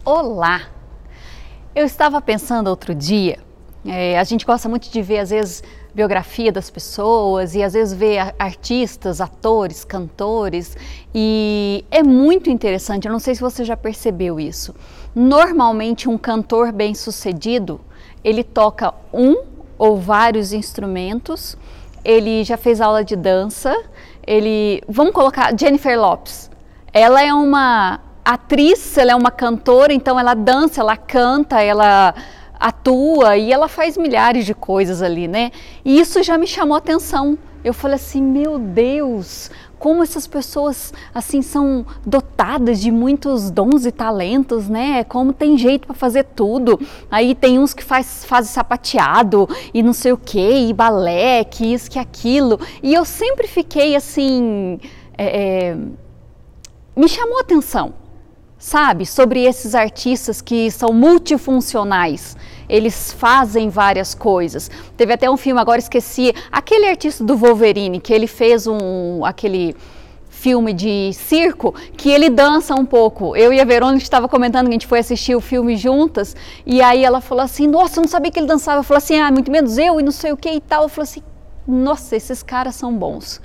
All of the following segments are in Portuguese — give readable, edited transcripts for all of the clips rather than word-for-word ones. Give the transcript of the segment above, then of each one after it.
Olá! Eu estava pensando outro dia, a gente gosta muito de ver às vezes biografia das pessoas e às vezes ver artistas, atores, cantores, e é muito interessante, eu não sei se você já percebeu isso. Normalmente um cantor bem-sucedido, ele toca um ou vários instrumentos, ele já fez aula de dança, vamos colocar Jennifer Lopez, ela é uma atriz, ela é uma cantora, então ela dança, ela canta, ela atua e ela faz milhares de coisas ali, né? E isso já me chamou a atenção. Eu falei assim, meu Deus, como essas pessoas assim são dotadas de muitos dons e talentos, né? Como tem jeito para fazer tudo. Aí tem uns que fazem sapateado e não sei o que, e balé, que isso, que aquilo. E eu sempre fiquei assim, me chamou a atenção. Sabe, sobre esses artistas que são multifuncionais, eles fazem várias coisas. Teve até um filme, agora esqueci, aquele artista do Wolverine, que ele fez aquele filme de circo, que ele dança um pouco. Eu e a Verônica estava comentando que a gente foi assistir o filme juntas, e aí ela falou assim, nossa, eu não sabia que ele dançava. Eu falei assim, muito menos eu e não sei o que e tal. Eu falei assim, nossa, esses caras são bons.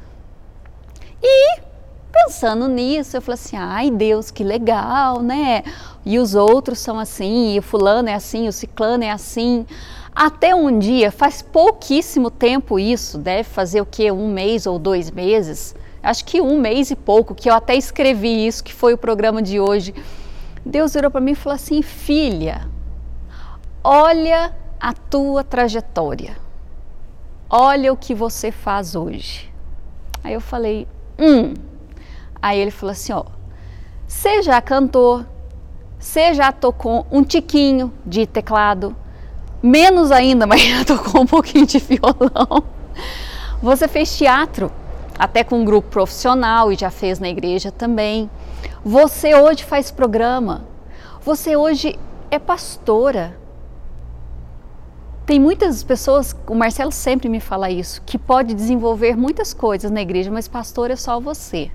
E pensando nisso, eu falei assim, ai Deus, que legal, né? E os outros são assim, e o fulano é assim, o ciclano é assim. Até um dia, faz pouquíssimo tempo isso, deve fazer o quê? 1 mês ou 2 meses? Acho que 1 mês e pouco, que eu até escrevi isso, que foi o programa de hoje. Deus virou para mim e falou assim, filha, olha a tua trajetória. Olha o que você faz hoje. Aí eu falei, Aí ele falou assim, você já cantou, você já tocou um tiquinho de teclado, menos ainda, mas já tocou um pouquinho de violão. Você fez teatro, até com um grupo profissional e já fez na igreja também. Você hoje faz programa, você hoje é pastora. Tem muitas pessoas, o Marcelo sempre me fala isso, que pode desenvolver muitas coisas na igreja, mas pastor é só você.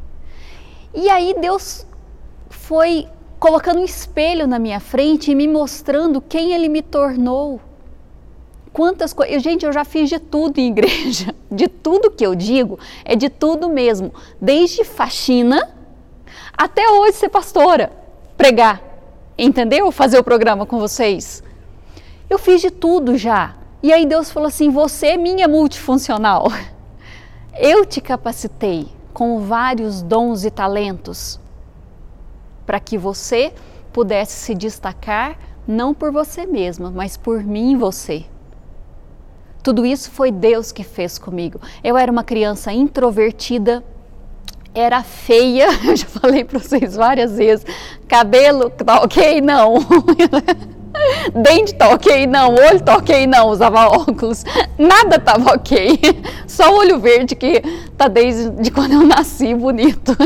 E aí Deus foi colocando um espelho na minha frente e me mostrando quem Ele me tornou. Quantas coisas... Gente, eu já fiz de tudo em igreja. De tudo que eu digo, é de tudo mesmo. Desde faxina até hoje ser pastora, pregar, entendeu? Fazer o programa com vocês. Eu fiz de tudo já. E aí Deus falou assim, você é minha multifuncional. Eu te capacitei com vários dons e talentos, para que você pudesse se destacar, não por você mesma, mas por mim e você. Tudo isso foi Deus que fez comigo. Eu era uma criança introvertida, era feia, eu já falei para vocês várias vezes, cabelo tá ok, não. Dente tá ok, não, olho tá ok, não, usava óculos, nada tava ok, só o olho verde que tá desde quando eu nasci bonito.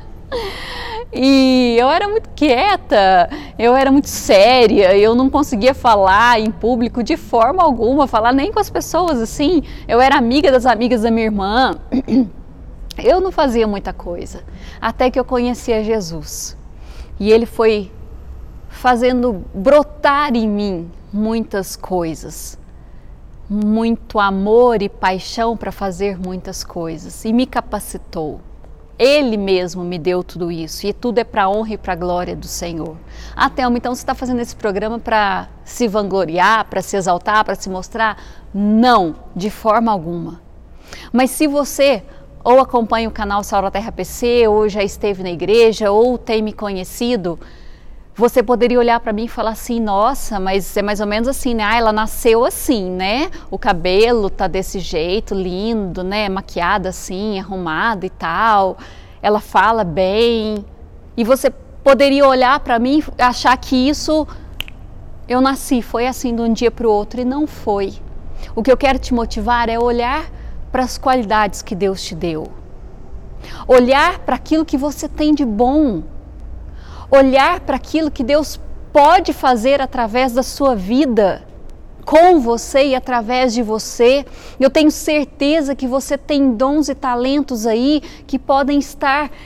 E eu era muito quieta, eu era muito séria, eu não conseguia falar em público de forma alguma, falar nem com as pessoas assim, eu era amiga das amigas da minha irmã, eu não fazia muita coisa, até que eu conhecia Jesus, e Ele foi fazendo brotar em mim muitas coisas, muito amor e paixão para fazer muitas coisas, e me capacitou. Ele mesmo me deu tudo isso, e tudo é para a honra e para a glória do Senhor. Thelma, então você está fazendo esse programa para se vangloriar, para se exaltar, para se mostrar? Não, de forma alguma. Mas se você ou acompanha o canal Sal da Terra PC, ou já esteve na igreja, ou tem me conhecido, você poderia olhar para mim e falar assim, nossa, mas é mais ou menos assim, né? Ela nasceu assim, né? O cabelo tá desse jeito, lindo, né? Maquiada assim, arrumada e tal. Ela fala bem. E você poderia olhar para mim e achar que isso, eu nasci, foi assim de um dia para o outro, e não foi. O que eu quero te motivar é olhar para as qualidades que Deus te deu. Olhar para aquilo que você tem de bom. Olhar para aquilo que Deus pode fazer através da sua vida, com você e através de você. Eu tenho certeza que você tem dons e talentos aí que podem estar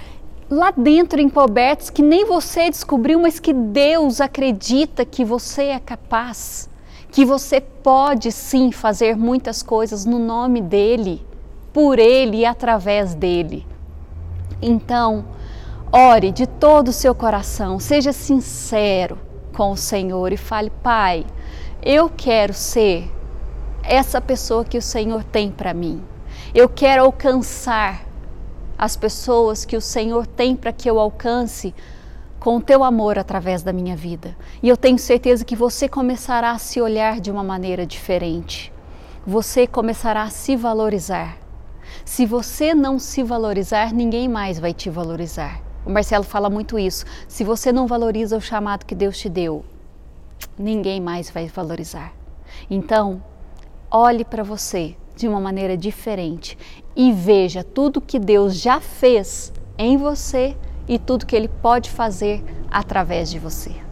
lá dentro encobertos que nem você descobriu, mas que Deus acredita que você é capaz, que você pode sim fazer muitas coisas no nome dEle, por Ele e através dEle. Então, ore de todo o seu coração, seja sincero com o Senhor e fale: Pai, eu quero ser essa pessoa que o Senhor tem para mim. Eu quero alcançar as pessoas que o Senhor tem para que eu alcance com o teu amor através da minha vida. E eu tenho certeza que você começará a se olhar de uma maneira diferente. Você começará a se valorizar. Se você não se valorizar, ninguém mais vai te valorizar. O Marcelo fala muito isso. Se você não valoriza o chamado que Deus te deu, ninguém mais vai valorizar. Então, olhe para você de uma maneira diferente e veja tudo que Deus já fez em você e tudo que Ele pode fazer através de você.